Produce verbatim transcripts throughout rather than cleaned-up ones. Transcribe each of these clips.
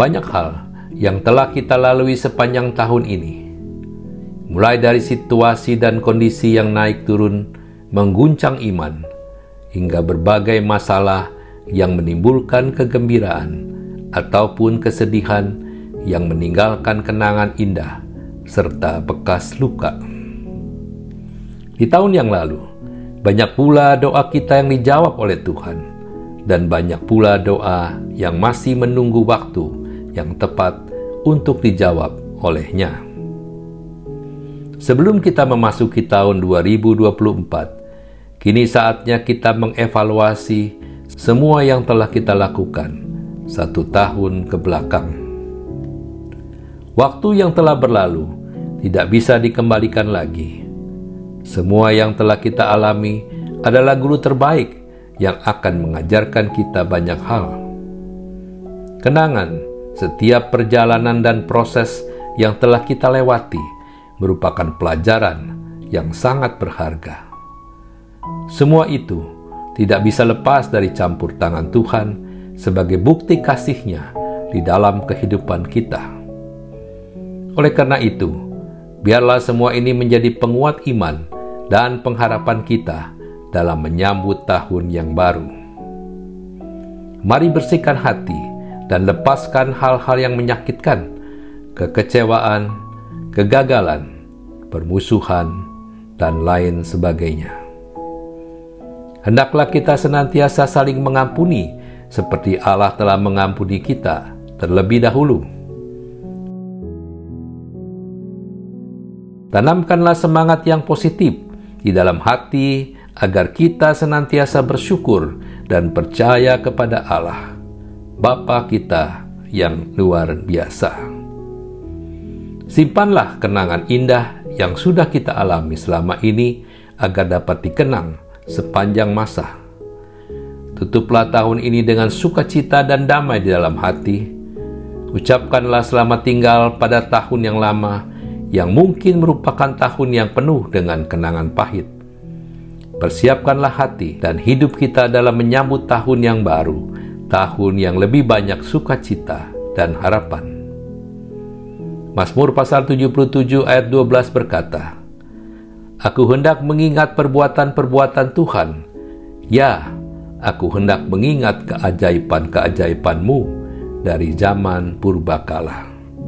Banyak hal yang telah kita lalui sepanjang tahun ini, mulai dari situasi dan kondisi yang naik turun mengguncang iman, hingga berbagai masalah yang menimbulkan kegembiraan ataupun kesedihan yang meninggalkan kenangan indah serta bekas luka. Di tahun yang lalu, banyak pula doa kita yang dijawab oleh Tuhan, dan banyak pula doa yang masih menunggu waktu yang tepat untuk dijawab oleh-Nya. Sebelum kita memasuki tahun dua ribu dua puluh empat, kini saatnya kita mengevaluasi semua yang telah kita lakukan satu tahun ke belakang. Waktu yang telah berlalu tidak bisa dikembalikan lagi. Semua yang telah kita alami adalah guru terbaik yang akan mengajarkan kita banyak hal. Kenangan setiap perjalanan dan proses yang telah kita lewati merupakan pelajaran yang sangat berharga. Semua itu tidak bisa lepas dari campur tangan Tuhan sebagai bukti kasih-Nya di dalam kehidupan kita. Oleh karena itu, biarlah semua ini menjadi penguat iman dan pengharapan kita dalam menyambut tahun yang baru. Mari bersihkan hati dan lepaskan hal-hal yang menyakitkan, kekecewaan, kegagalan, permusuhan, dan lain sebagainya. Hendaklah kita senantiasa saling mengampuni seperti Allah telah mengampuni kita terlebih dahulu. Tanamkanlah semangat yang positif di dalam hati agar kita senantiasa bersyukur dan percaya kepada Allah, Bapa kita yang luar biasa. Simpanlah kenangan indah yang sudah kita alami selama ini agar dapat dikenang sepanjang masa. Tutuplah tahun ini dengan sukacita dan damai di dalam hati. Ucapkanlah selamat tinggal pada tahun yang lama yang mungkin merupakan tahun yang penuh dengan kenangan pahit. Persiapkanlah hati dan hidup kita dalam menyambut tahun yang baru, tahun yang lebih banyak sukacita dan harapan. Mazmur pasal tujuh puluh tujuh ayat dua belas berkata, "Aku hendak mengingat perbuatan-perbuatan Tuhan. Ya, aku hendak mengingat keajaiban-keajaiban-Mu dari zaman purbakala."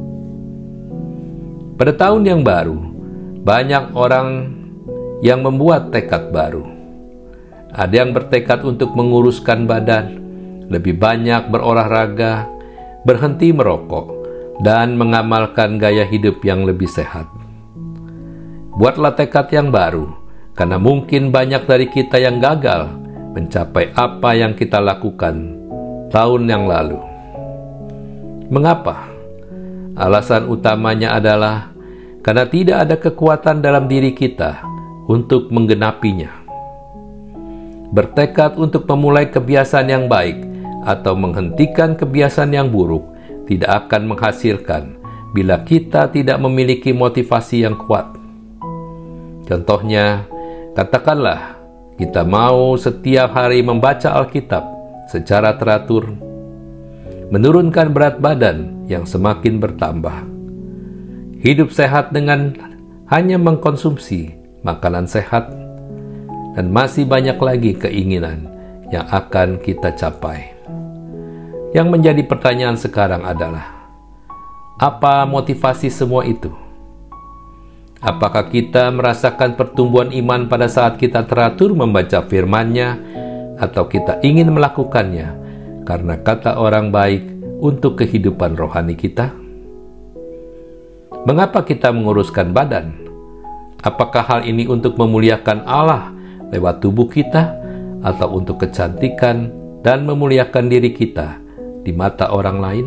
Pada tahun yang baru, banyak orang yang membuat tekad baru. Ada yang bertekad untuk menguruskan badan, lebih banyak berolahraga, berhenti merokok, dan mengamalkan gaya hidup yang lebih sehat. Buatlah tekad yang baru, karena mungkin banyak dari kita yang gagal mencapai apa yang kita lakukan tahun yang lalu. Mengapa? Alasan utamanya adalah karena tidak ada kekuatan dalam diri kita untuk menggenapinya. Bertekad untuk memulai kebiasaan yang baik atau menghentikan kebiasaan yang buruk tidak akan menghasilkan bila kita tidak memiliki motivasi yang kuat. Contohnya, katakanlah kita mau setiap hari membaca Alkitab secara teratur, menurunkan berat badan yang semakin bertambah, hidup sehat dengan hanya mengkonsumsi makanan sehat, dan masih banyak lagi keinginan yang akan kita capai. Yang menjadi pertanyaan sekarang adalah, apa motivasi semua itu? Apakah kita merasakan pertumbuhan iman pada saat kita teratur membaca firman-Nya, atau kita ingin melakukannya karena kata orang baik untuk kehidupan rohani kita? Mengapa kita menguruskan badan? Apakah hal ini untuk memuliakan Allah lewat tubuh kita, atau untuk kecantikan dan memuliakan diri kita di mata orang lain?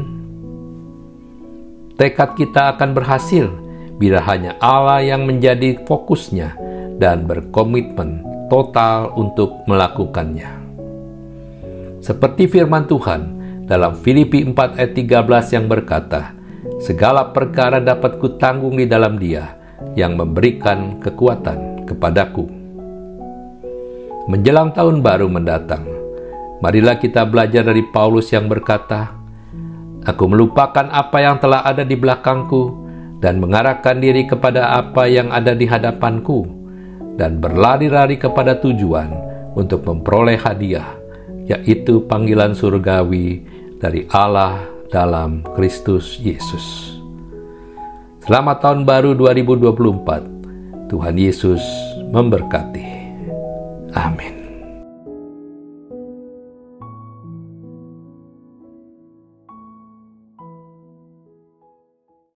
Tekad kita akan berhasil bila hanya Allah yang menjadi fokusnya dan berkomitmen total untuk melakukannya. Seperti firman Tuhan dalam Filipi empat ayat tiga belas yang berkata, "Segala perkara dapat kutanggung di dalam Dia yang memberikan kekuatan kepadaku." Menjelang tahun baru mendatang, marilah kita belajar dari Paulus yang berkata, Aku melupakan apa yang telah ada di belakangku dan mengarahkan diri kepada apa yang ada di hadapanku, dan berlari-lari kepada tujuan untuk memperoleh hadiah, yaitu panggilan surgawi dari Allah dalam Kristus Yesus. Selamat Tahun Baru dua ribu dua puluh empat. Tuhan Yesus memberkati. Amin.